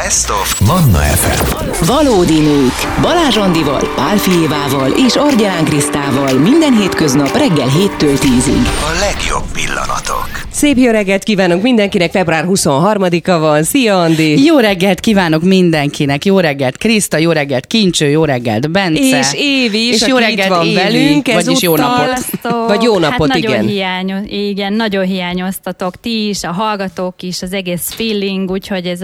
Best of Manna FM. Valódi nők. Balázs Andival, Pál Fijévával és Argyán Krisztával minden hétköznap reggel 7-től 10-ig. A legjobb pillanatok. Szép jó reggelt kívánok mindenkinek, február 23-a van. Szia, Andi! Jó reggelt kívánok mindenkinek, jó reggelt Kriszta, jó reggelt Kincső, jó reggelt Bence. És Évi is, és aki jó reggelt itt van Évi, velünk. vagyis jó napot. Vagy jó napot, igen. Igen, nagyon hiányoztatok ti is, a hallgatók is, az egész feeling, úgyhogy ez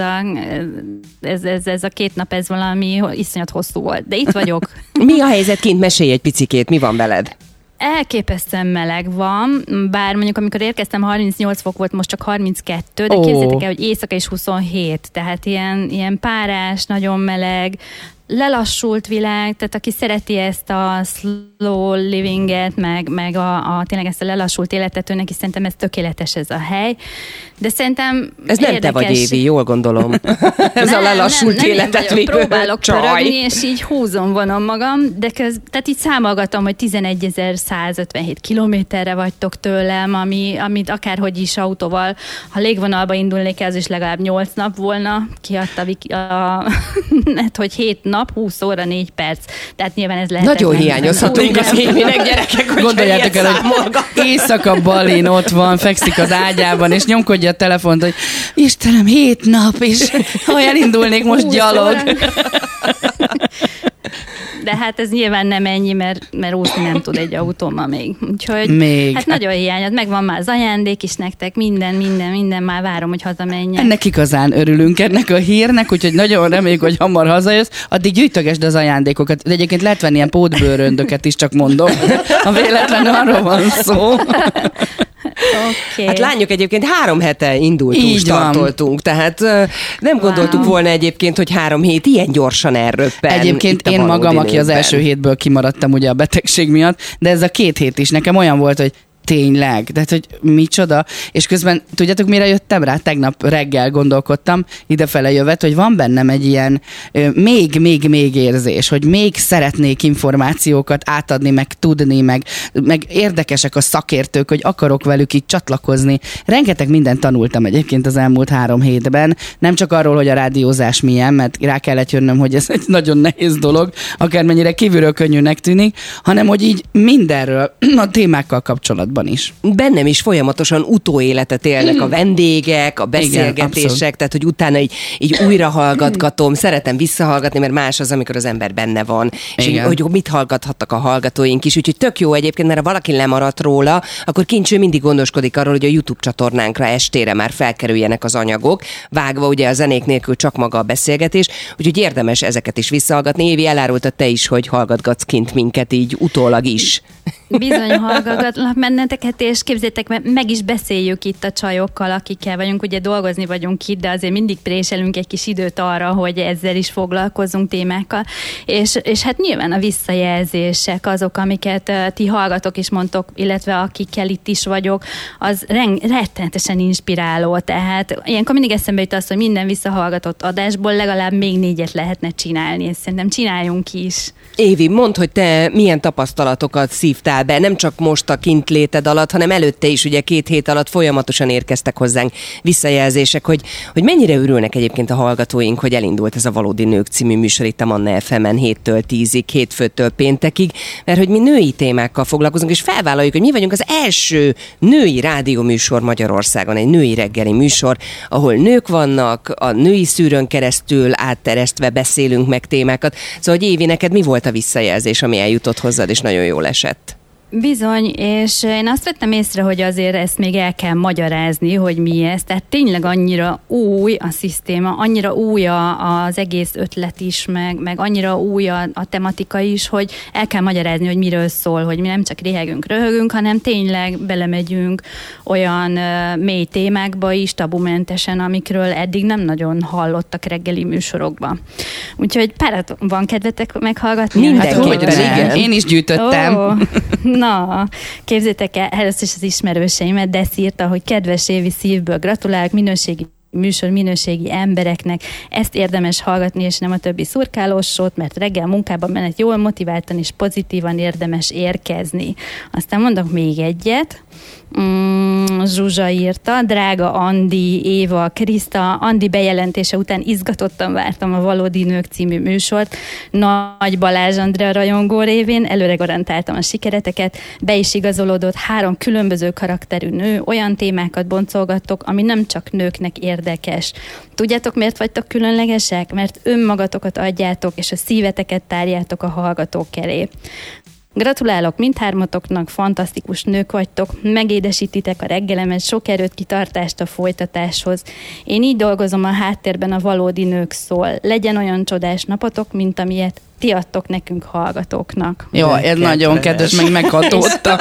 a 2 nap, ez valami iszonyat hosszú volt. De itt vagyok. Mi a helyzet kint? Mesélj egy picikét, mi van veled? Elképesztően meleg van, bár mondjuk amikor érkeztem 38 fok volt, most csak 32, de képzeljétek el, hogy éjszaka is 27, tehát ilyen párás, nagyon meleg, lelassult világ, tehát aki szereti ezt a slow livinget, meg tényleg ezt a lelassult életet, neki szerintem ez tökéletes ez a hely, de szerintem ez nem te vagy, Évi, jól gondolom. Ez a lelassult életet végül. Próbálok pörögni, és így húzom, vonom magam, de tehát így számolgatom, hogy 11.157 kilométerre vagytok tőlem, amit akárhogy is autóval, ha légvonalba indulnék, az is legalább 8 nap volna, kiadta hogy 7 nap, 20 óra, 4 perc. Tehát nyilván ez lehet. Nagyon hiányozhatunk az Évinek, gyerekek, hogy gondoljátok el, hogy éjszaka Balin ott van, fekszik az ágyában, és nyomkodja a telefont, hogy Istenem, 7 nap, és ha elindulnék most gyalog. De hát ez nyilván nem ennyi, mert úszni nem tud egy autóma még. Úgyhogy hát nagyon hiányod, megvan már az ajándék is nektek, minden, már várom, hogy hazamenjek. Ennek igazán örülünk, ennek a hírnek, úgyhogy nagyon reméljük, hogy hamar hazajössz. Addig gyűjtögesd az ajándékokat. De egyébként lehet venni ilyen pótbőröndöket is, csak mondom. Ha véletlenül arról van szó. Okay. Hát lányok, egyébként 3 hete indultunk, startoltunk, tehát nem gondoltuk volna egyébként, hogy 3 hét ilyen gyorsan elröppen. Egyébként én magam, aki az első hétből kimaradtam ugye a betegség miatt, de ez a 2 hét is nekem olyan volt, hogy tényleg, de hát, hogy micsoda, és közben tudjátok, mire jöttem rá? Tegnap reggel gondolkodtam, idefele jövet, hogy van bennem egy ilyen még érzés, hogy még szeretnék információkat átadni, meg tudni, meg érdekesek a szakértők, hogy akarok velük így csatlakozni. Rengeteg mindent tanultam egyébként az elmúlt 3 hétben, nem csak arról, hogy a rádiózás milyen, mert rá kellett jönnöm, hogy ez egy nagyon nehéz dolog, akármennyire kívülről könnyűnek tűnik, hanem hogy így mindenről, a témákkal kapcsolatban is. Bennem is folyamatosan utóéletet élnek a vendégek, a beszélgetések, igen, tehát hogy utána így újra hallgatgatom, szeretem visszahallgatni, mert más az, amikor az ember benne van, és így, hogy mit hallgathattak a hallgatóink is, úgyhogy tök jó egyébként, mert ha valaki lemaradt róla, akkor Kincső mindig gondoskodik arról, hogy a YouTube csatornánkra estére már felkerüljenek az anyagok, vágva ugye a zenék nélkül csak maga a beszélgetés, úgyhogy érdemes ezeket is visszahallgatni. Évi, elárultad te is, hogy hallgatgatsz kint minket így utólag is. Bizony hallgatgatlak benneteket, és képzeljétek, meg is beszéljük itt a csajokkal, akikkel vagyunk, ugye dolgozni vagyunk itt, de azért mindig préselünk egy kis időt arra, hogy ezzel is foglalkozzunk témákkal, és hát nyilván a visszajelzések azok, amiket ti hallgatok és mondtok, illetve akikkel itt is vagyok, az rettenetesen inspiráló, tehát ilyenkor mindig eszembe jut az, hogy minden visszahallgatott adásból legalább még 4-et lehetne csinálni, és szerintem csináljunk is. Évi, mondd, hogy te milyen tapasztalatokat szívtál be, nem csak most a kintléted alatt, hanem előtte is, ugye 2 hét alatt folyamatosan érkeztek hozzánk visszajelzések, hogy mennyire örülnek egyébként a hallgatóink, hogy elindult ez a Valódi Nők című műsor itt a Manna FM-en 7-től 10-ig, hétfőtől péntekig, mert hogy mi női témákkal foglalkozunk, és felvállaljuk, hogy mi vagyunk az első női rádióműsor Magyarországon, egy női reggeli műsor, ahol nők vannak, a női szűrőn keresztül átteresztve beszélünk meg témákat. Szóval, hogy Évi, neked mi volt a visszajelzés, ami eljutott hozzád, és nagyon jól esett? Bizony, és én azt vettem észre, hogy azért ezt még el kell magyarázni, hogy mi ez. Tehát tényleg annyira új a szisztéma, annyira új az egész ötlet is, meg annyira új a tematika is, hogy el kell magyarázni, hogy miről szól, hogy mi nem csak réhegünk, röhögünk, hanem tényleg belemegyünk olyan mély témákba is, tabumentesen, amikről eddig nem nagyon hallottak reggeli műsorokban. Úgyhogy párat van kedvetek meghallgatni? Mindenképpen, igen. Én is gyűjtöttem. Na, képzétek el, először is az ismerőseimet, de írta, hogy kedves Évi, szívből gratulálok, minőségi műsor, minőségi embereknek, ezt érdemes hallgatni, és nem a többi szurkálósót, mert reggel munkában menet jól motiváltan és pozitívan érdemes érkezni. Aztán mondok még egyet. Zsuzsa írta, drága Andi, Éva, Kriszta, Andi bejelentése után izgatottan vártam a Valódi Nők című műsort. Nagy Balázs Andrea rajongó révén előre garantáltam a sikereteket, be is igazolódott 3 különböző karakterű nő, olyan témákat boncolgattok, ami nem csak nőknek érdekes. Tudjátok, miért vagytok különlegesek? Mert önmagatokat adjátok, és a szíveteket tárjátok a hallgatók elé. Gratulálok mindhármatoknak, fantasztikus nők vagytok, megédesítitek a reggelemet, sok erőt, kitartást a folytatáshoz. Én így dolgozom a háttérben, a Valódi Nők szól. Legyen olyan csodás napotok, mint amilyet ti adtok nekünk hallgatóknak. Jó, ez nagyon kedves, meg meghatódta.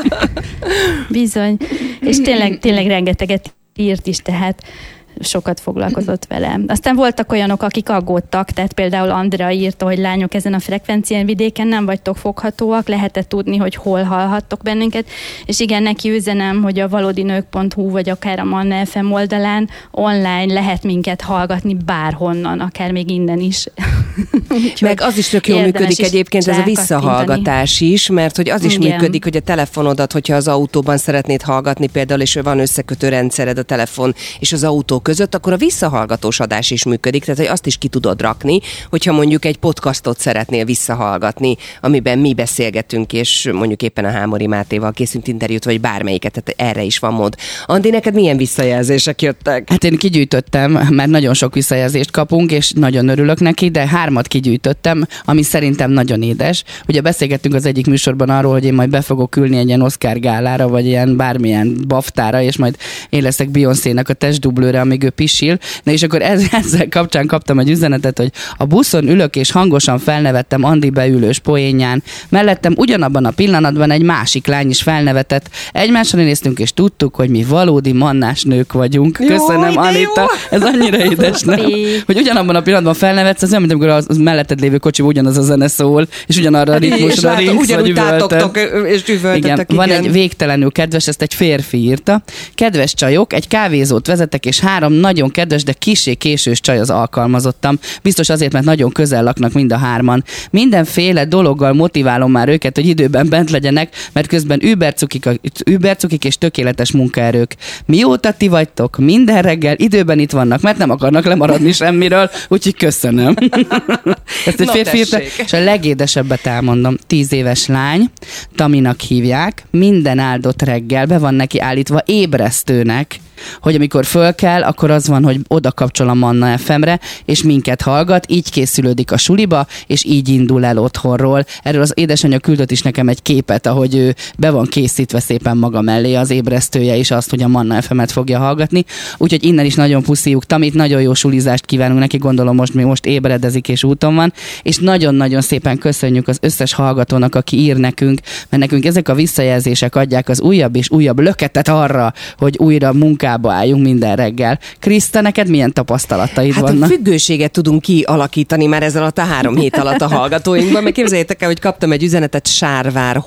Bizony. És tényleg rengeteget írt is, tehát sokat foglalkozott vele. Aztán voltak olyanok, akik aggódtak, tehát például Andrea írta, hogy lányok, ezen a frekvencián vidéken nem vagytok foghatóak, lehet tudni, hogy hol hallhattok bennünket, és igen, neki üzenem, hogy a valódinők.hu vagy akár a Manna FM oldalán online lehet minket hallgatni bárhonnan, akár még innen is. Meg az is tök jól működik egyébként ez a visszahallgatás is, mert hogy az is működik, hogy a telefonodat, hogyha az autóban szeretnéd hallgatni például, és van összekötő rendszered a telefon és az autó között, akkor a visszahallgatós adás is működik, tehát hogy azt is ki tudod rakni, hogyha mondjuk egy podcastot szeretnél visszahallgatni, amiben mi beszélgetünk, és mondjuk éppen a Hámori Mátéval készült interjút, vagy bármelyiket, tehát erre is van mód. Andi, neked milyen visszajelzések jöttek? Hát én kigyűjtöttem, mert nagyon sok visszajelzést kapunk, és nagyon örülök neki, de 3 kigyűjtöttem, ami szerintem nagyon édes. Ugye beszélgettünk az egyik műsorban arról, hogy én majd be fogok ülni egy ilyen Oscar gálára, vagy ilyen bármilyen baftára, és majd én leszek Beyoncénak a testdublőre, amíg ő pisil. Na és akkor ezzel kapcsán kaptam egy üzenetet, hogy a buszon ülök, és hangosan felnevettem Andi beülős poénján. Mellettem ugyanabban a pillanatban egy másik lány is felnevetett. Egymásra néztünk, és tudtuk, hogy mi valódi mannás nők vagyunk. Köszönöm, jó, Anita. Jó. Ez annyira édes, nem? Hogy ugyanabban a pillanatban felnevetsz, az olyan, mint amikor a melletted lévő kocsiban ugyanaz a zene szól, és ugyanarra a ritmusra ringsz, vagy üvöltesz. És üvöltetek. Van egy végtelenül kedves, ezt egy férfi írta. Kedves csajok, egy kávézót vezetek, és 3 nagyon kedves, de kissé késős csaj az alkalmazottam. Biztos azért, mert nagyon közel laknak mind a 3-an. Mindenféle dologgal motiválom már őket, hogy időben bent legyenek, mert közben übercukik és tökéletes munkaerők. Mióta ti vagytok? Minden reggel időben itt vannak, mert nem akarnak lemaradni semmiről, úgyhogy köszönöm. Ezt egy férfi írta, és a legédesebbet elmondom. 10 éves lány, Taminak hívják, minden áldott reggel be van neki állítva ébresztőnek, hogy amikor föl kell, akkor az van, hogy oda kapcsol a Manna FM-re, és minket hallgat, így készülődik a suliba, és így indul el otthonról. Erről az édesanyja küldött is nekem egy képet, ahogy ő be van készítve szépen maga mellé az ébresztője, és azt, hogy a Manna FM-et fogja hallgatni. Úgyhogy innen is nagyon pusziuk Tamit, nagyon jó sulizást kívánunk neki, gondolom most ébredezik és úton van, és nagyon-nagyon szépen köszönjük az összes hallgatónak, aki ír nekünk, mert nekünk ezek a visszajelzések adják az újabb és újabb löketet arra, hogy újra munkába álljunk minden reggel. Kriszta, neked milyen tapasztalataid vannak? Hát a függőséget tudunk kialakítani már ezzel alatt a 3 hét alatt a hallgatóinkban, mert képzeljétek el, hogy kaptam egy üzenetet Sárvár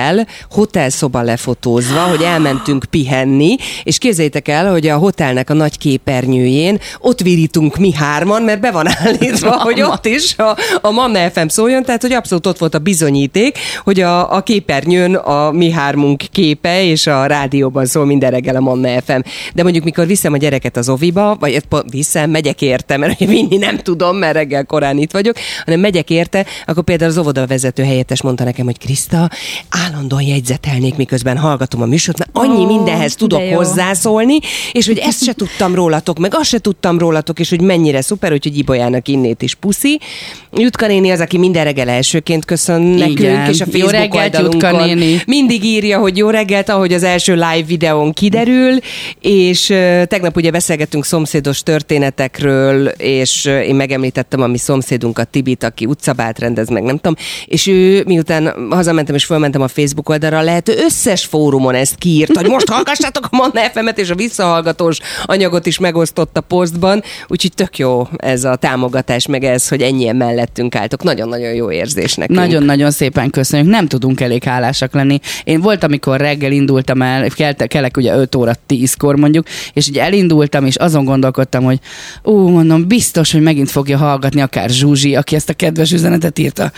hotelszoba lefotózva, hogy elmentünk pihenni, és képzeljétek el, hogy a hotelnek a nagy képernyőjén ott virítunk mi 3-an, mert be van állítva, hogy ott is a Manna FM szóljon, tehát hogy abszolút ott volt a bizonyíték, hogy a képernyőn a mi 3-unk képe, és a rádióban szól minden reggel a Manna FM. De mondjuk mikor viszem a gyereket az oviba, vagy megyek érte, mert vinni nem tudom, mert reggel korán itt vagyok, hanem megyek érte, akkor például az óvodavezető helyettes mondta nekem, hogy Kriszta, állandóan jegyzetelnék, miközben hallgatom a műsort, mert annyi mindenhez tudok hozzászólni, és hogy ezt se tudtam rólatok, meg azt se tudtam rólatok, és hogy mennyire szuper, úgyhogy Ibolyának innét is puszi. Jutka néni az, aki minden reggel elsőként köszön nekünk, és a Facebook oldalunkon mindig írja, hogy jó reggelt, ahogy az első live videón kiderül, és tegnap ugye beszélgettünk szomszédos történetekről, és én megemlítettem a mi szomszédunkat, Tibit, aki utcabált rendez, meg nem tudom, és ő miután hazamentem és fölmentem a Facebook oldalra, a lehető összes fórumon ezt kiírt, hogy most hallgassátok a Manna FM-et, és a visszahallgatós anyagot is megosztott a posztban, úgyhogy tök jó ez a támogatás, meg ez, hogy ennyien mellettünk álltok. Nagyon-nagyon jó érzés nekünk. Nagyon-nagyon szépen köszönjük. Nem tudunk elég hálásak lenni. Én volt, amikor reggel indultam el, kelek ugye 5 óra 10-kor, mondjuk, és így elindultam, és azon gondolkodtam, hogy mondom, biztos, hogy megint fogja hallgatni akár Zsuzsi, aki ezt a kedves üzenetet írta,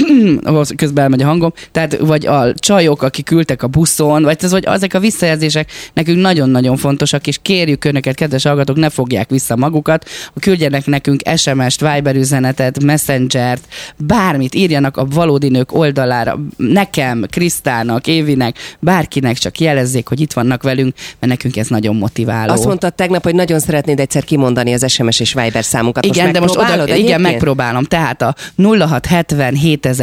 közben elmegy a hangom, tehát vagy a csajok, akik ültek a buszon, vagy ezek a visszajelzések nekünk nagyon-nagyon fontosak, és kérjük önöket, kedves hallgatók, ne fogják vissza magukat, küldjenek nekünk SMS-t, Viber üzenetet, Messengert, bármit írjanak a Valódi Nők oldalára, nekem, Krisztának, Évinek, bárkinek, csak jelezzék, hogy itt vannak velünk, mert nekünk ez nagyon motiváló. Azt mondtad tegnap, hogy nagyon szeretnéd egyszer kimondani az SMS és Viber számunkat. Igen, de most igen, megpróbálom. Tehát a 0670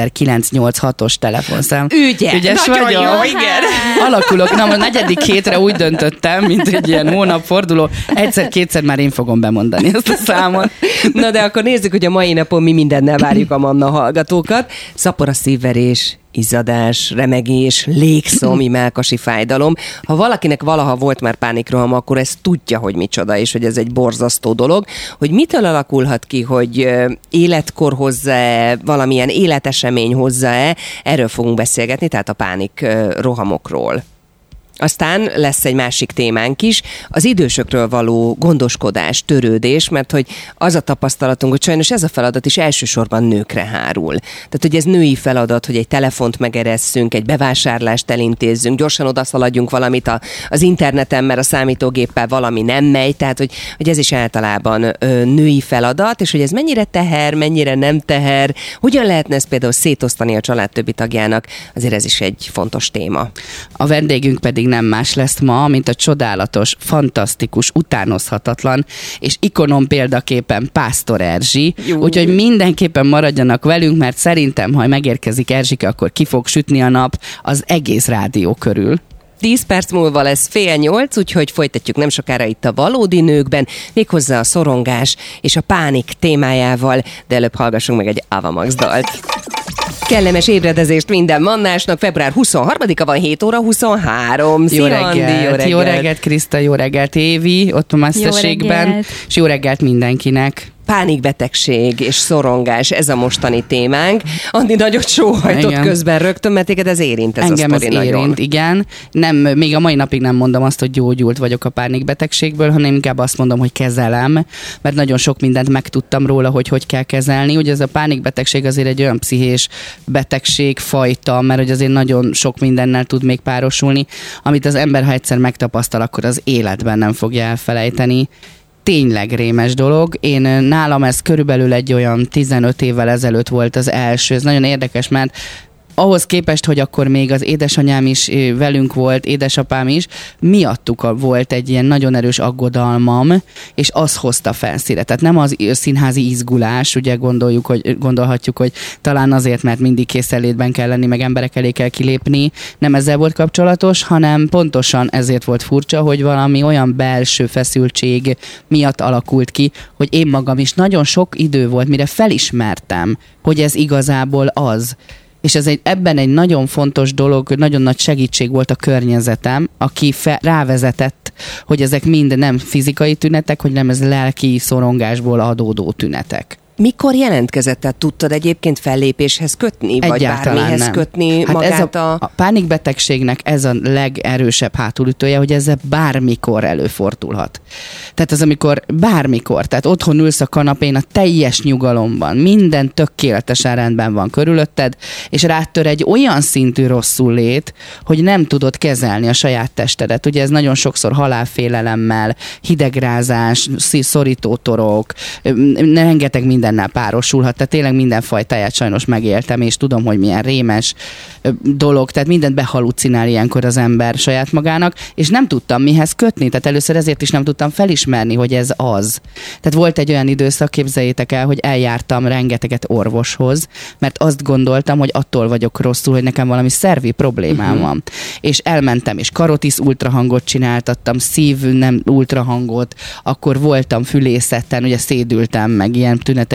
7986-os telefonszám. Ügyes vagy? Jó, igen. Alakulok. Na, a 4. hétre úgy döntöttem, mint egy ilyen hónapforduló, egyszer-kétszer már én fogom bemondani ezt a számot. Na, de akkor nézzük, hogy a mai napon mi mindennel várjuk a Manna hallgatókat. Szapor a szívverés, izzadás, remegés, légszomi, mellkasi fájdalom. Ha valakinek valaha volt már pánikroham, akkor ezt tudja, hogy micsoda, és hogy ez egy borzasztó dolog. Hogy mitől alakulhat ki, hogy életkor hozza-e, valamilyen életesemény hozza-e, erről fogunk beszélgetni, tehát a pánikrohamokról. Aztán lesz egy másik témánk is, az idősökről való gondoskodás, törődés, mert hogy az a tapasztalatunk, hogy sajnos ez a feladat is elsősorban nőkre hárul. Tehát, hogy ez női feladat, hogy egy telefont megeresszünk, egy bevásárlást elintézzünk, gyorsan odaszaladjunk valamit az interneten, mert a számítógéppel valami nem megy, tehát, hogy ez is általában női feladat, és hogy ez mennyire teher, mennyire nem teher, hogyan lehetne ezt például szétosztani a család többi tagjának, azért ez is egy fontos téma. A vendégünk pedig nem más lesz ma, mint a csodálatos, fantasztikus, utánozhatatlan és ikonom példaképpen Pásztor Erzsi. Úgyhogy mindenképpen maradjanak velünk, mert szerintem, ha megérkezik Erzsike, akkor ki fog sütni a nap az egész rádió körül. 10 perc múlva lesz 7:30, úgyhogy folytatjuk nem sokára itt a Valódi Nőkben, méghozzá a szorongás és a pánik témájával, de előbb hallgassunk meg egy Ava Max dalt. Kellemes ébredezést minden mannásnak, február 23-a van, 7 óra 23. Jó reggelt, jó reggelt Kriszta, jó reggelt Évi, ott a messzességben, és jó reggelt mindenkinek. Pánikbetegség és szorongás, ez a mostani témánk. Andi nagyot sóhajtott közben rögtön, mert téged ez érint ez engem a sztori ez nagyon. Érint, igen. Nem, még a mai napig nem mondom azt, hogy gyógyult vagyok a pánikbetegségből, hanem inkább azt mondom, hogy kezelem, mert nagyon sok mindent megtudtam róla, hogy kell kezelni. Ugye ez a pánikbetegség azért egy olyan pszichés betegség fajta, mert hogy azért nagyon sok mindennel tud még párosulni, amit az ember, ha egyszer megtapasztal, akkor az életben nem fogja elfelejteni. Tényleg rémes dolog. Nálam ez körülbelül egy olyan 15 évvel ezelőtt volt az első. Ez nagyon érdekes, mert ahhoz képest, hogy akkor még az édesanyám is velünk volt, édesapám is, miattuk volt egy ilyen nagyon erős aggodalmam, és az hozta felszíre. Tehát nem az színházi izgulás, ugye gondolhatjuk, hogy talán azért, mert mindig készenlétben kell lenni, meg emberek elé kell kilépni, nem ezzel volt kapcsolatos, hanem pontosan ezért volt furcsa, hogy valami olyan belső feszültség miatt alakult ki, hogy én magam is nagyon sok idő volt, mire felismertem, hogy ez igazából az. És ez ebben egy nagyon fontos dolog, nagyon nagy segítség volt a környezetem, aki rávezetett, hogy ezek mind nem fizikai tünetek, hogy nem ez lelki szorongásból adódó tünetek. Mikor jelentkezett? Tehát tudtad egyébként fellépéshez kötni? Egyáltalán vagy bármihez nem. kötni magát a pánikbetegségnek ez a legerősebb hátulütője, hogy ezzel bármikor előfordulhat. Tehát az, amikor bármikor, tehát otthon ülsz a kanapén a teljes nyugalomban, minden tökéletesen rendben van körülötted, és rátör egy olyan szintű rosszul lét, hogy nem tudod kezelni a saját testedet. Ugye ez nagyon sokszor halálfélelemmel, hidegrázás, szorítótorok, rengeteg mindennel párosulhat, tehát tényleg minden fajtáját sajnos megéltem, és tudom, hogy milyen rémes dolog, tehát mindent behalucinál ilyenkor az ember saját magának, és nem tudtam mihez kötni, tehát először ezért is nem tudtam felismerni, hogy ez az. Tehát volt egy olyan időszak, képzeljétek el, hogy eljártam rengeteget orvoshoz, mert azt gondoltam, hogy attól vagyok rosszul, hogy nekem valami szervi problémám van. És elmentem, és karotisz ultrahangot csináltattam, szív nem ultrahangot, akkor voltam fülészeten, ugye szédültem, meg ilyen tüneteim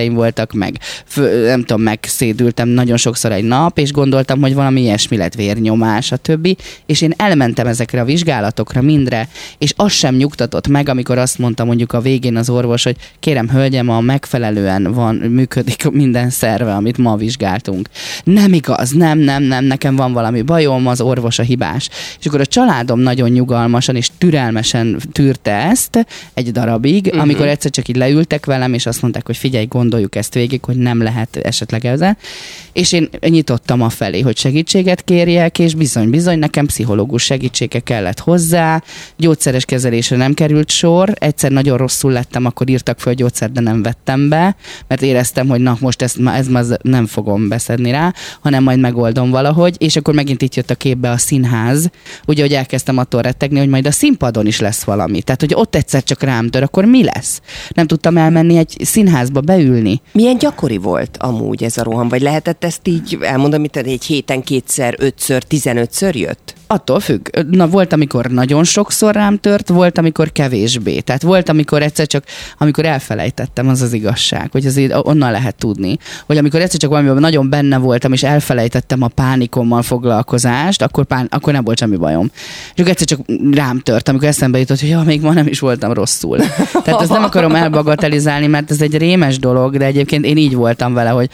betegségeim voltak, meg nem tudom, megszédültem nagyon sokszor egy nap, és gondoltam, hogy valami ilyesmi lett, vérnyomás, a többi, és én elmentem ezekre a vizsgálatokra mindre, és az sem nyugtatott meg, amikor azt mondta mondjuk a végén az orvos, hogy kérem, hölgyem, a megfelelően működik minden szerve, amit ma vizsgáltunk. Nem igaz, nem, nekem van valami bajom, az orvos a hibás. És akkor a családom nagyon nyugalmasan és türelmesen tűrte ezt egy darabig, amikor egyszer csak így leültek velem, és azt mondták, hogy figyelj, gondoljuk ezt végig, hogy nem lehet esetleg ezzel. És én nyitottam afelé, hogy segítséget kérjek, és bizony, nekem pszichológus segítsége kellett hozzá, gyógyszeres kezelésre nem került sor, egyszer nagyon rosszul lettem, akkor írtak föl gyógyszert, de nem vettem be, mert éreztem, hogy na most ezt nem fogom beszedni rá, hanem majd megoldom valahogy, és akkor megint itt jött a képbe a színház, ugye, hogy elkezdtem attól rettegni, hogy majd a színpadon is lesz valami. Tehát, hogy ott egyszer csak rám tör, akkor mi lesz? Nem tudtam elmenni egy színházba beülni. Milyen gyakori volt amúgy ez a roham? Vagy lehetett ezt így elmondani, hogy egy héten 2-szer, 5-ször, 15-ször jött? Attól függ. Na, volt, amikor nagyon sokszor rám tört, volt, amikor kevésbé. Tehát volt, amikor egyszer csak, amikor elfelejtettem, az igazság, hogy azért onnan lehet tudni, hogy amikor egyszer csak valamiben nagyon benne voltam, és elfelejtettem a pánikommal foglalkozást, akkor nem volt semmi bajom. És akkor egyszer csak rám tört, amikor eszembe jutott, hogy még ma nem is voltam rosszul. Tehát ezt nem akarom elbagatelizálni, mert ez egy rémes dolog, de egyébként én így voltam vele, hogy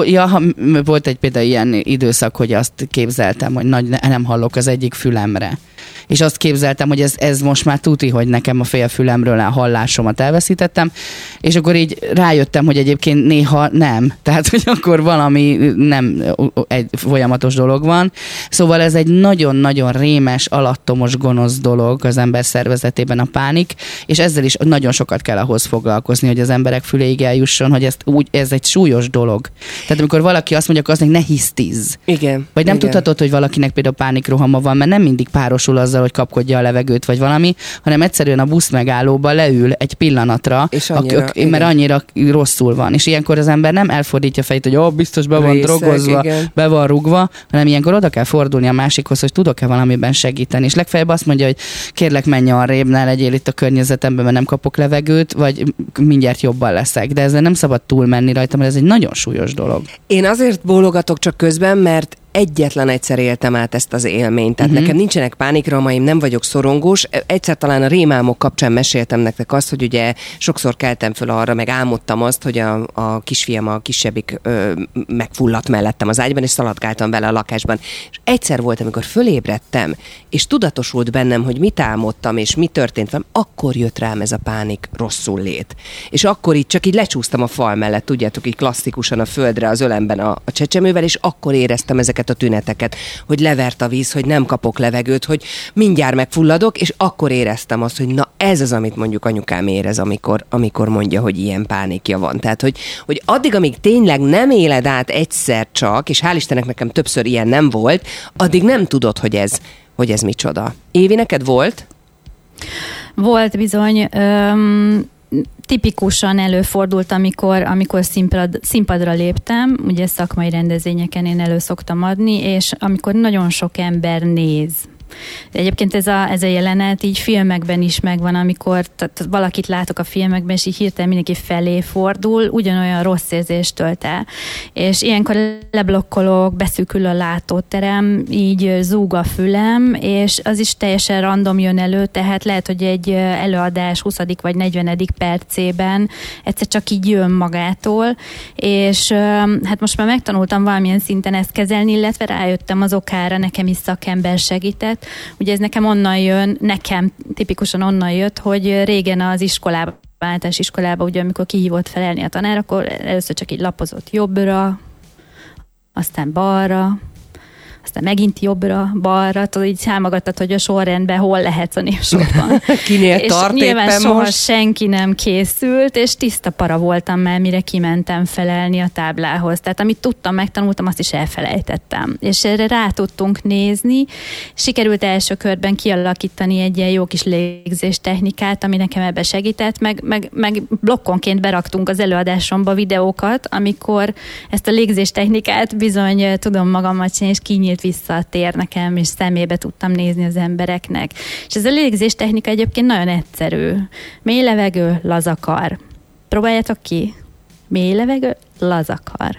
volt egy például ilyen időszak, hogy azt képzeltem, hogy nem hallok az egyik fülemre. És azt képzeltem, hogy ez most már tuti, hogy nekem a fél fülemről a hallásomat elveszítettem, és akkor így rájöttem, hogy egyébként néha nem. Tehát, hogy akkor valami nem egy folyamatos dolog van. Szóval ez egy nagyon-nagyon rémes, alattomos, gonosz dolog az ember szervezetében, a pánik, és ezzel is nagyon sokat kell ahhoz foglalkozni, hogy az emberek füléig eljusson, hogy ez egy súlyos dolog. Tehát amikor valaki azt mondja, akkor azt ne hisztiz. Igen. Vagy nem igen. tudhatod, hogy valakinek például pánikrohama van, mert nem mindig párosul azzal, hogy kapkodja a levegőt, vagy valami, hanem egyszerűen a busz megállóba leül egy pillanatra, mert annyira rosszul van. És ilyenkor az ember nem elfordítja fejét, hogy biztos be van drogozva, igen. Be van rugva, hanem ilyenkor oda kell fordulni a másikhoz, hogy tudok-e valamiben segíteni. És legfeljebb azt mondja, hogy kérlek, menj arrébb, ne legyél itt a környezetemben, mert nem kapok levegőt, vagy mindjárt jobban leszek. De ezzel nem szabad túlmenni rajta, mert ez egy nagyon súlyos dolog. Én azért bólogatok csak közben, mert egyetlen egyszer éltem át ezt az élményt. Tehát nekem nincsenek pánikrohamaim, nem vagyok szorongós. Egyszer talán a rémálmok kapcsán meséltem nektek azt, hogy ugye sokszor keltem föl arra, meg álmodtam azt, hogy a kisfiam, a kisebbik megfulladt mellettem az ágyban, és szaladgáltam vele a lakásban. És egyszer volt, amikor fölébredtem, és tudatosult bennem, hogy mit álmodtam, és mi történt velem, akkor jött rám ez a pánik rosszul lét. És akkor így csak így lecsúsztam a fal mellett, tudjátok, így klasszikusan a földre, az ölemben a csecsemővel, és akkor éreztem ezeket a tüneteket, hogy levert a víz, hogy nem kapok levegőt, hogy mindjárt megfulladok, és akkor éreztem azt, hogy na ez az, amit mondjuk anyukám érez, amikor mondja, hogy ilyen pánikja van. Tehát, hogy addig, amíg tényleg nem éled át egyszer csak, és hál' Istennek nekem többször ilyen nem volt, addig nem tudod, hogy ez micsoda. Évi, neked volt? Volt bizony. Tipikusan előfordult, amikor színpadra léptem, ugye szakmai rendezvényeken én elő szoktam adni, és amikor nagyon sok ember néz. Egyébként ez a jelenet így filmekben is megvan, amikor valakit látok a filmekben, és így hirtelen mindenki felé fordul, ugyanolyan rossz érzést tölt el. És ilyenkor leblokkolok, beszűkül a látóterem, így zúg a fülem, és az is teljesen random jön elő, tehát lehet, hogy egy előadás 20. vagy 40. percében egyszer csak így jön magától, és hát most már megtanultam valamilyen szinten ezt kezelni, illetve rájöttem az okára, nekem is szakember segített. Ugye ez nekem tipikusan onnan jött, hogy régen az iskolában, általános iskolában, ugye amikor kihívott felelni a tanár, akkor először csak így lapozott jobbra, aztán balra, aztán megint jobbra, balra, tudod, így számogattad, hogy a sorrendben hol lehetsz a névsorban. Kinél tart és nyilván éppen soha most? senki nem készült, és tiszta para voltam már, mire kimentem felelni a táblához. Tehát amit tudtam, megtanultam, azt is elfelejtettem. És erre rá tudtunk nézni. Sikerült első körben kialakítani egy ilyen jó kis légzés technikát, ami nekem ebbe segített, meg blokkonként beraktunk az előadásomba videókat, amikor ezt a légzés technikát bizony tudom magammal csinálni, és kinyílt vissza a tér nekem, és szemébe tudtam nézni az embereknek. És ez a légzés technika egyébként nagyon egyszerű. Mély levegő, laza kar. Próbáljátok ki. mély levegő, lazakar.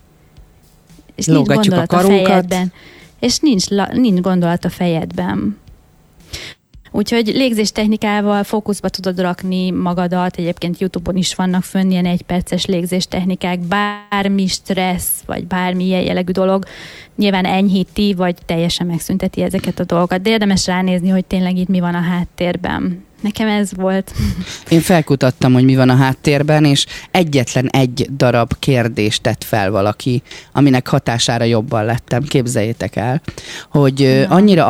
És lógatjuk nincs gondolat a karunkat. fejedben. És nincs gondolat a fejedben. Úgyhogy légzéstechnikával fókuszba tudod rakni magadat, egyébként YouTube-on is vannak fönn ilyen 1 perces légzéstechnikák, bármi stressz, vagy bármi ilyen jellegű dolog, nyilván enyhíti, vagy teljesen megszünteti ezeket a dolgokat, de érdemes ránézni, hogy tényleg itt mi van a háttérben. Nekem ez volt. Én felkutattam, hogy mi van a háttérben, és egyetlen egy darab kérdést tett fel valaki, aminek hatására jobban lettem. Képzeljétek el, hogy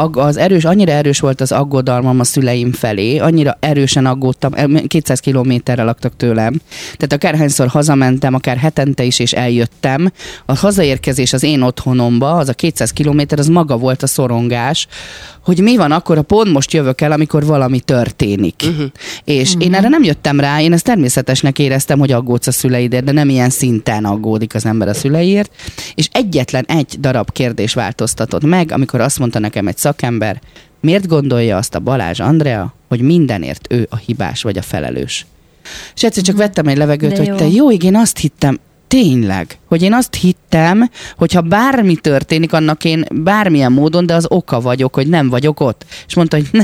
annyira erős volt az aggodalmam a szüleim felé, annyira erősen aggódtam, 200 kilométerre laktak tőlem. Tehát akárhányszor hazamentem, akár hetente is, és eljöttem, a hazaérkezés az én otthonomba, az a 200 kilométer, az maga volt a szorongás, hogy mi van akkor, ha pont most jövök el, amikor valami történik. És én erre nem jöttem rá, én ezt természetesnek éreztem, hogy aggódsz a szüleidért, de nem ilyen szinten aggódik az ember a szüleiért. És egyetlen egy darab kérdés változtatott meg, amikor azt mondta nekem egy szakember, miért gondolja azt a Balázs Andrea, hogy mindenért ő a hibás vagy a felelős. És egyszer csak vettem egy levegőt, hogy te jó, én azt hittem, tényleg, hogy én azt hittem, hogy ha bármi történik, annak én bármilyen módon, de az oka vagyok, hogy nem vagyok ott. És mondta, hogy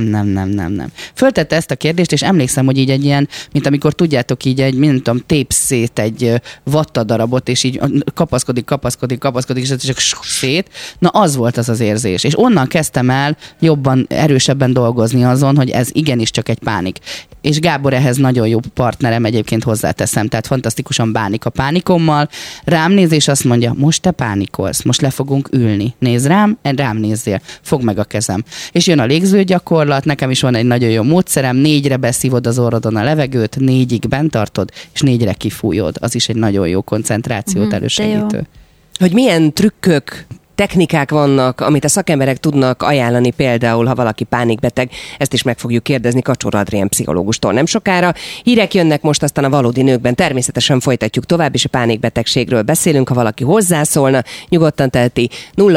nem. Föltette ezt a kérdést, és emlékszem, hogy így egy ilyen, mint amikor tudjátok így egy, mint tudom, tépsz szét egy vattadarabot, és így kapaszkodik, és csak szét. Na az volt az érzés. És onnan kezdtem el jobban, erősebben dolgozni azon, hogy ez igenis csak egy pánik. És Gábor ehhez nagyon jó partnerem, egyébként hozzáteszem, tehát fantasztikusan bánik a pánikommal, rám néz, és azt mondja, most te pánikolsz, most le fogunk ülni. Nézz rám nézzél, fogd meg a kezem. És jön a légzőgyakorlat, nekem is van egy nagyon jó módszerem, 4-re beszívod az orrodon a levegőt, 4-ig bent tartod, és 4-re kifújod. Az is egy nagyon jó koncentrációt elősegítő. Hogy milyen trükkök, technikák vannak, amit a szakemberek tudnak ajánlani, például, ha valaki pánikbeteg, ezt is meg fogjuk kérdezni Kacsor Adrián pszichológustól nem sokára. Hírek jönnek most, aztán a valódi nőkben természetesen folytatjuk tovább, és a pánikbetegségről beszélünk, ha valaki hozzászólna, nyugodtan teheti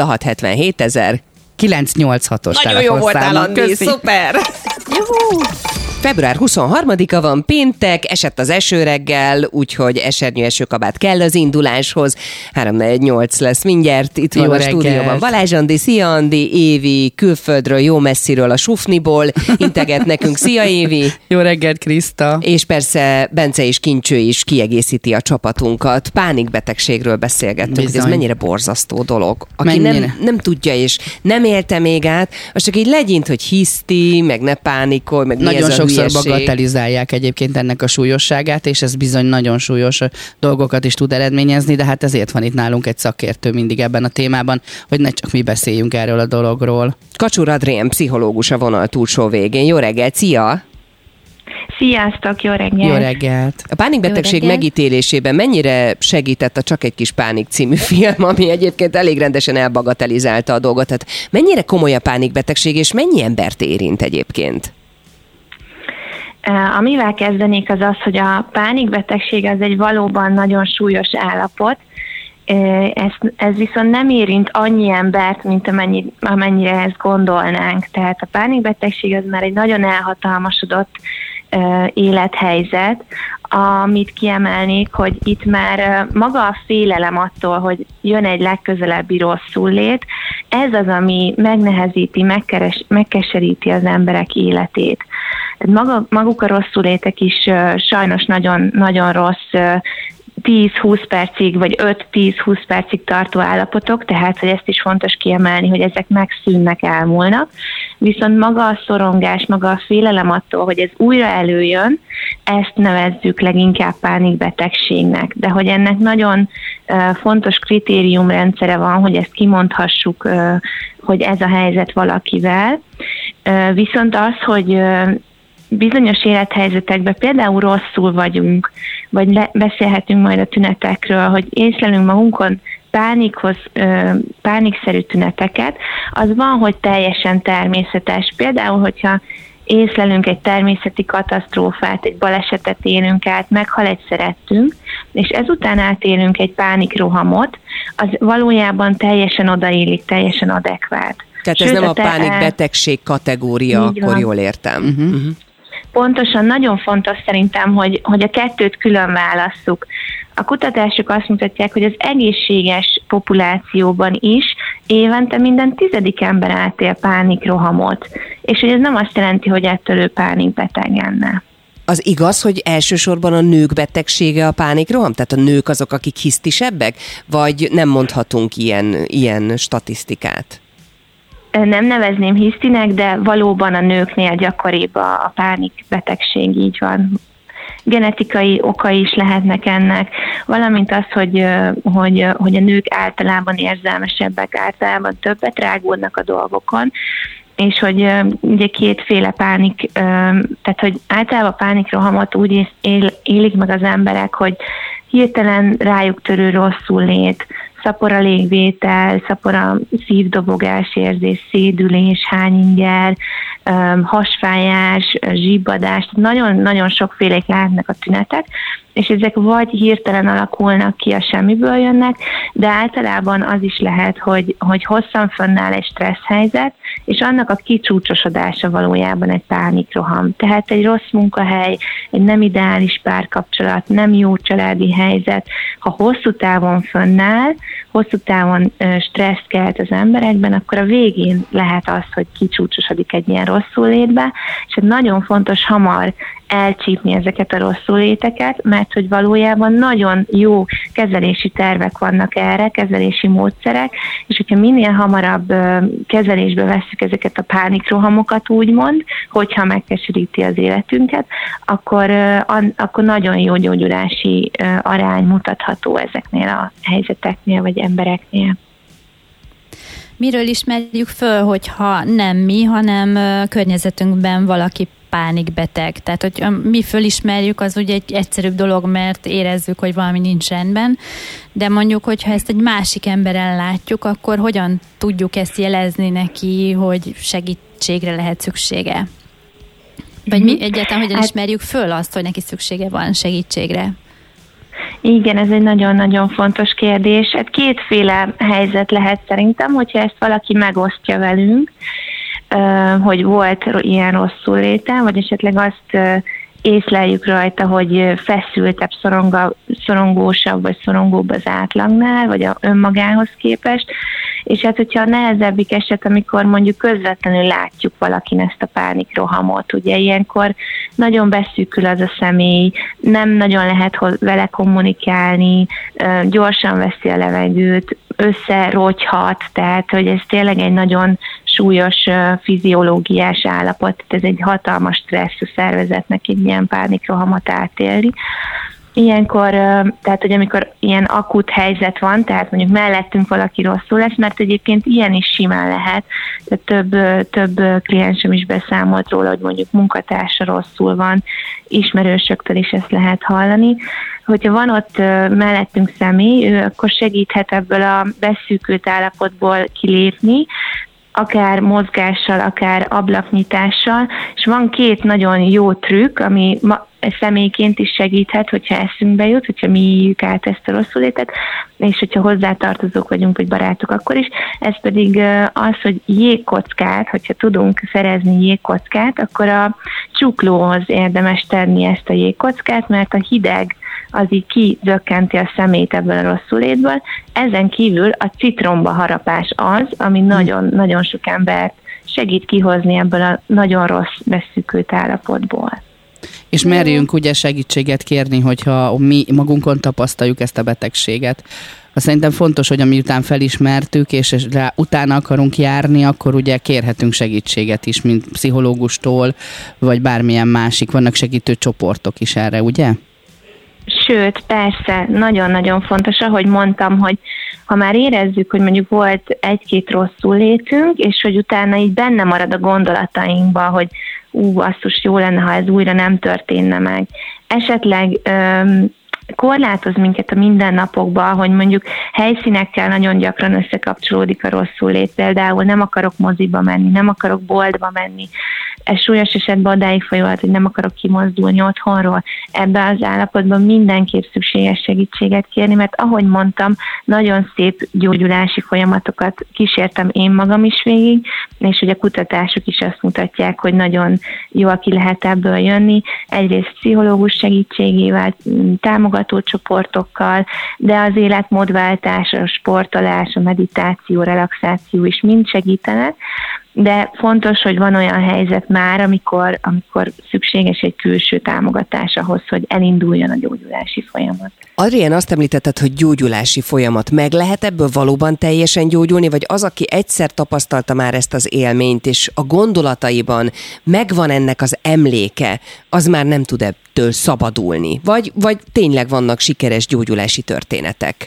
0677 000 986-os Nagyon jó voltál, Andi, szuper! Juhú! Február 23-a van, péntek, esett az eső reggel, úgyhogy esernyő esőkabát kell az induláshoz. 3-4-8 lesz mindjárt, itt van a stúdióban Balázs Andi, szia Andi, Évi, külföldről, jó messziről a Sufniból, integet nekünk, szia Évi! Jó reggelt, Kriszta! És persze Bence és Kincső is kiegészíti a csapatunkat. Pánikbetegségről beszélgettünk, hogy ez mennyire borzasztó dolog. Aki nem tudja és nem élte még át, az csak így legyint, hogy hiszti, meg ne pánikolj, meg nagyon mi ez a sokszor hülyeség. bagatelizálják egyébként ennek a súlyosságát, és ez bizony nagyon súlyos dolgokat is tud eredményezni, de hát ezért van itt nálunk egy szakértő mindig ebben a témában, hogy ne csak mi beszéljünk erről a dologról. Kacsor Adrián pszichológus a vonal túlsó végén. Jó reggelt, szia! Sziasztok, jó reggelt! Jó reggelt! A pánikbetegség megítélésében mennyire segített a Csak egy kis pánik című film, ami egyébként elég rendesen elbagatelizálta a dolgot. Tehát mennyire komoly a pánikbetegség, és mennyi embert érint egyébként? Amivel kezdenék az az, hogy a pánikbetegség az egy valóban nagyon súlyos állapot. Ez viszont nem érint annyi embert, mint amennyire ezt gondolnánk. Tehát a pánikbetegség az már egy nagyon elhatalmasodott élethelyzet, amit kiemelnék, hogy itt már maga a félelem attól, hogy jön egy legközelebbi rosszullét, ez az, ami megnehezíti, megkeseríti az emberek életét. Maguk a rosszulétek is sajnos nagyon, nagyon rossz 10-20 percig, vagy 5-10-20 percig tartó állapotok, tehát hogy ezt is fontos kiemelni, hogy ezek megszűnnek, elmúlnak. Viszont maga a szorongás, maga a félelem attól, hogy ez újra előjön, ezt nevezzük leginkább pánikbetegségnek. De hogy ennek nagyon fontos kritériumrendszere van, hogy ezt kimondhassuk, hogy ez a helyzet valakivel. Viszont az, hogy bizonyos élethelyzetekben például rosszul vagyunk, vagy beszélhetünk majd a tünetekről, hogy észlelünk magunkon pánikszerű tüneteket, az van, hogy teljesen természetes. Például, hogyha észlelünk egy természeti katasztrófát, egy balesetet élünk át, meghal egy szerettünk, és ezután átélünk egy pánikrohamot, az valójában teljesen odaillik, teljesen adekvát. Tehát ez nem a pánikbetegség kategória, akkor jól értem. Pontosan, nagyon fontos szerintem, hogy a kettőt külön válasszuk. A kutatások azt mutatják, hogy az egészséges populációban is évente minden 10. ember átél pánikrohamot, és hogy ez nem azt jelenti, hogy ettől ő pánikbeteg lenne. Az igaz, hogy elsősorban a nők betegsége a pánikroham? Tehát a nők azok, akik hisztisebbek? Vagy nem mondhatunk ilyen statisztikát? Nem nevezném hisztinek, de valóban a nőknél gyakoribb a pánikbetegség, így van. Genetikai okai is lehetnek ennek, valamint az, hogy a nők általában érzelmesebbek, általában többet rágódnak a dolgokon, és hogy ugye kétféle pánik, tehát hogy általában a pánikrohamot úgy élik meg az emberek, hogy hirtelen rájuk törő rosszullét, szapor a légvétel, szapor a szívdobogás érzés, szédülés, hányinger, hasfájás, zsibbadás, nagyon-nagyon sokfélék lehetnek a tünetek, és ezek vagy hirtelen alakulnak ki, a semmiből jönnek, de általában az is lehet, hogy hosszan fönnáll egy stressz helyzet, és annak a kicsúcsosodása valójában egy pánikroham. Tehát egy rossz munkahely, egy nem ideális párkapcsolat, nem jó családi helyzet, ha hosszú távon fönnáll, hosszú távon stresszt kelt az emberekben, akkor a végén lehet az, hogy kicsúcsosodik egy ilyen rosszullétbe, és nagyon fontos hamar elcsípni ezeket a rosszulléteket, mert hogy valójában nagyon jó kezelési tervek vannak erre, kezelési módszerek, és hogyha minél hamarabb kezelésbe vesszük ezeket a pánikrohamokat, úgymond, hogyha megkeseríti az életünket, akkor nagyon jó gyógyulási arány mutatható ezeknél a helyzeteknél, vagy embereknél. Miről ismerjük föl, hogyha nem mi, hanem környezetünkben valaki pánikbeteg. Tehát, hogy mi fölismerjük, az ugye egy egyszerűbb dolog, mert érezzük, hogy valami nincs rendben, de mondjuk, hogyha ezt egy másik emberen látjuk, akkor hogyan tudjuk ezt jelezni neki, hogy segítségre lehet szüksége? Vagy mi egyáltalán hogyan ismerjük föl azt, hogy neki szüksége van segítségre? Igen, ez egy nagyon-nagyon fontos kérdés. Hát kétféle helyzet lehet szerintem, hogyha ezt valaki megosztja velünk, hogy volt ilyen rosszulléte, vagy esetleg azt észleljük rajta, hogy feszültebb, szorongósabb, vagy szorongóbb az átlagnál, vagy a önmagához képest. És hát, hogyha a nehezebbik eset, amikor mondjuk közvetlenül látjuk valakin ezt a pánikrohamot, ugye ilyenkor nagyon beszűkül az a személy, nem nagyon lehet vele kommunikálni, gyorsan veszi a levegőt, összerogyhat, tehát hogy ez tényleg egy nagyon súlyos fiziológiás állapot, ez egy hatalmas stressz a szervezetnek egy ilyen pánikrohamot átélni. Ilyenkor, tehát hogy amikor ilyen akut helyzet van, tehát mondjuk mellettünk valaki rosszul lesz, mert egyébként ilyen is simán lehet, tehát több kliensem is beszámolt róla, hogy mondjuk munkatársa rosszul van, ismerősöktől is ezt lehet hallani. Hogyha van ott mellettünk személy, ő akkor segíthet ebből a beszűkült állapotból kilépni, akár mozgással, akár ablaknyitással, és van két nagyon jó trükk, ami személyként is segíthet, hogyha eszünkbe jut, hogyha mi éljük át ezt a rosszullétet, és hogyha hozzátartozók vagyunk, vagy barátok, akkor is. Ez pedig az, hogy jégkockát, hogyha tudunk szerezni jégkockát, akkor a csuklóhoz érdemes tenni ezt a jégkockát, mert a hideg az így kizökkenti a szemét ebből a rosszullétből. Ezen kívül a citromba harapás az, ami nagyon-nagyon sok embert segít kihozni ebből a nagyon rossz, beszűkült állapotból. És merjünk ugye segítséget kérni, hogyha mi magunkon tapasztaljuk ezt a betegséget. Azt szerintem fontos, hogy amiután felismertük, és utána akarunk járni, akkor ugye kérhetünk segítséget is, mint pszichológustól, vagy bármilyen másik. Vannak segítő csoportok is erre, ugye? Sőt, persze, nagyon-nagyon fontos, ahogy mondtam, hogy ha már érezzük, hogy mondjuk volt egy-két rosszul létünk, és hogy utána így benne marad a gondolatainkba, hogy basszus, jó lenne, ha ez újra nem történne meg. Esetleg korlátoz minket a mindennapokban, hogy mondjuk helyszínekkel nagyon gyakran összekapcsolódik a rosszul-lét, például nem akarok moziba menni, nem akarok boltba menni, ez súlyos esetben odáig folyulhat, hogy nem akarok kimozdulni otthonról. Ebben az állapotban mindenképp szükséges segítséget kérni, mert ahogy mondtam, nagyon szép gyógyulási folyamatokat kísértem én magam is végig, és hogy a kutatások is azt mutatják, hogy nagyon jól ki lehet ebből jönni. Egyrészt pszichológus segítségével, támogató csoportokkal, de az életmódváltás, a sportolás, a meditáció, relaxáció is mind segítenek. De fontos, hogy van olyan helyzet már, amikor szükséges egy külső támogatás ahhoz, hogy elinduljon a gyógyulási folyamat. Adrián, azt említetted, hogy gyógyulási folyamat. Meg lehet ebből valóban teljesen gyógyulni, vagy az, aki egyszer tapasztalta már ezt az élményt, és a gondolataiban megvan ennek az emléke, az már nem tud ettől szabadulni? Vagy tényleg vannak sikeres gyógyulási történetek?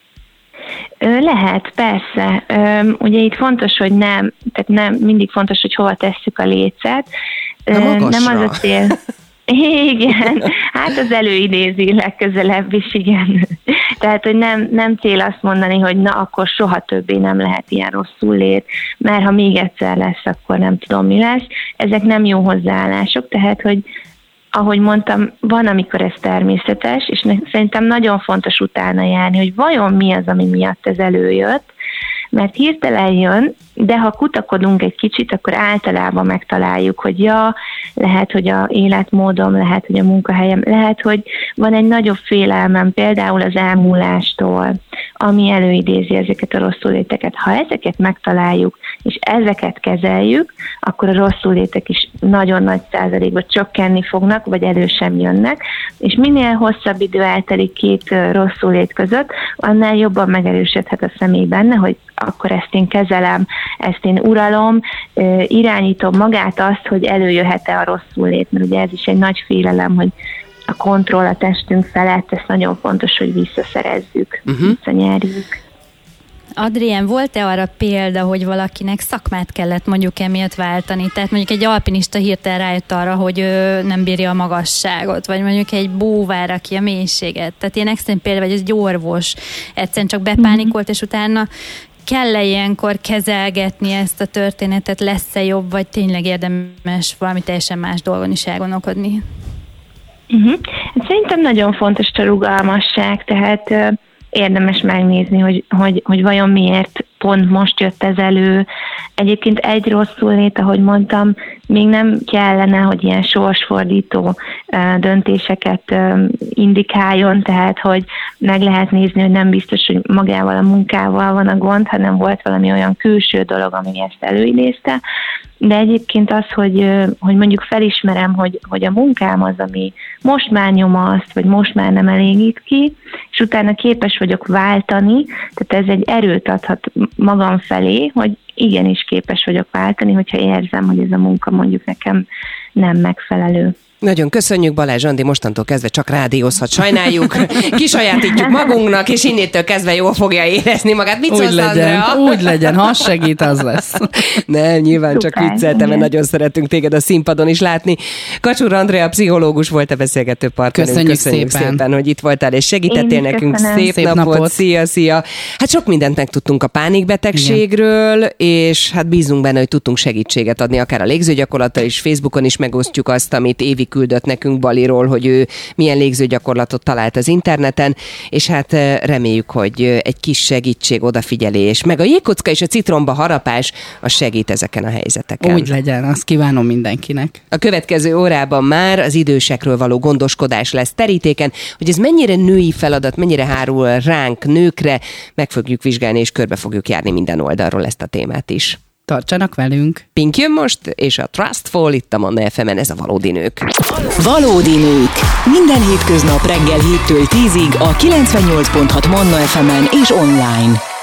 Lehet, persze. Ugye itt fontos, hogy nem mindig fontos, hogy hova tesszük a lécet. Nem az a cél. Igen, hát az előidézi legközelebb is, igen. Tehát, hogy nem cél azt mondani, hogy na, akkor soha többé nem lehet ilyen rosszul lét, mert ha még egyszer lesz, akkor nem tudom, mi lesz. Ezek nem jó hozzáállások, tehát, hogy ahogy mondtam, van, amikor ez természetes, és szerintem nagyon fontos utána járni, hogy vajon mi az, ami miatt ez előjött, mert hirtelen jön, de ha kutakodunk egy kicsit, akkor általában megtaláljuk, hogy lehet, hogy a életmódom, lehet, hogy a munkahelyem, lehet, hogy van egy nagyobb félelmem, például az elmúlástól, ami előidézi ezeket a rosszulléteket. Ha ezeket megtaláljuk, és ezeket kezeljük, akkor a rosszullétek is nagyon nagy százalékban csökkenni fognak, vagy elő sem jönnek, és minél hosszabb idő eltelik két rosszulét között, annál jobban megerősödhet a személy benne, hogy akkor ezt én kezelem, ezt én uralom, irányítom magát azt, hogy előjöhet-e a rosszulét, mert ugye ez is egy nagy félelem, hogy a kontroll a testünk felett, ez nagyon fontos, hogy visszaszerezzük, visszanyerjük. Adrián, volt-e arra példa, hogy valakinek szakmát kellett mondjuk emiatt váltani? Tehát mondjuk egy alpinista hirtelen rájött arra, hogy nem bírja a magasságot, vagy mondjuk egy búvár, aki a mélységet. Tehát ilyen extrém példa, vagy egy orvos egyszerűen csak bepánikolt, és utána kell-e ilyenkor kezelgetni ezt a történetet, lesz-e jobb, vagy tényleg érdemes valami teljesen más dolgon is elgondolkodni? Szerintem nagyon fontos a rugalmasság, tehát érdemes megnézni, hogy vajon miért pont most jött ez elő. Egyébként egy rosszul-lét, ahogy mondtam, még nem kellene, hogy ilyen sorsfordító döntéseket indikáljon, tehát hogy meg lehet nézni, hogy nem biztos, hogy magával a munkával van a gond, hanem volt valami olyan külső dolog, ami ezt előidézte. De egyébként az, hogy mondjuk felismerem, hogy a munkám az, ami most már nyomaszt, vagy most már nem elégít ki, és utána képes vagyok váltani, tehát ez egy erőt adhat magam felé, hogy igenis képes vagyok váltani, hogyha érzem, hogy ez a munka mondjuk nekem nem megfelelő. Nagyon köszönjük, Balázs Andi mostantól kezdve csak rádiózhat, sajnáljuk, kisajátítjuk magunknak, és innétől kezdve jól fogja érezni magát. Mit szólsz, Andrea? Úgy legyen, ha segít, az lesz. Nem, nyilván csak vicceltem, mert nagyon szeretünk téged a színpadon is látni. Kacsur Andrea, pszichológus volt a beszélgető partnerünk. Köszönjük szépen, hogy itt voltál, és segítettél nekünk. Szép napot. Szia. Hát sok mindent megtudtunk a pánikbetegségről, és hát bízunk benne, hogy tudtunk segítséget adni, akár a légzőgyakorlata is, Facebookon is megosztjuk azt, amit Évi küldött nekünk Baliról, hogy ő milyen légzőgyakorlatot talált az interneten, és hát reméljük, hogy egy kis segítség, odafigyelés, meg a jégkocka és a citromba harapás, az segít ezeken a helyzeteken. Úgy legyen, azt kívánom mindenkinek. A következő órában már az idősekről való gondoskodás lesz terítéken, hogy ez mennyire női feladat, mennyire hárul ránk, nőkre, meg fogjuk vizsgálni, és körbe fogjuk járni minden oldalról ezt a témát is. Tartsanak velünk! Pink jön most, és a Trustful itt a Manna FM-en, ez a Valódi Nők. Valódi Nők. Minden hétköznap reggel 7-től 10-ig a 98.6 Manna FM-en és online.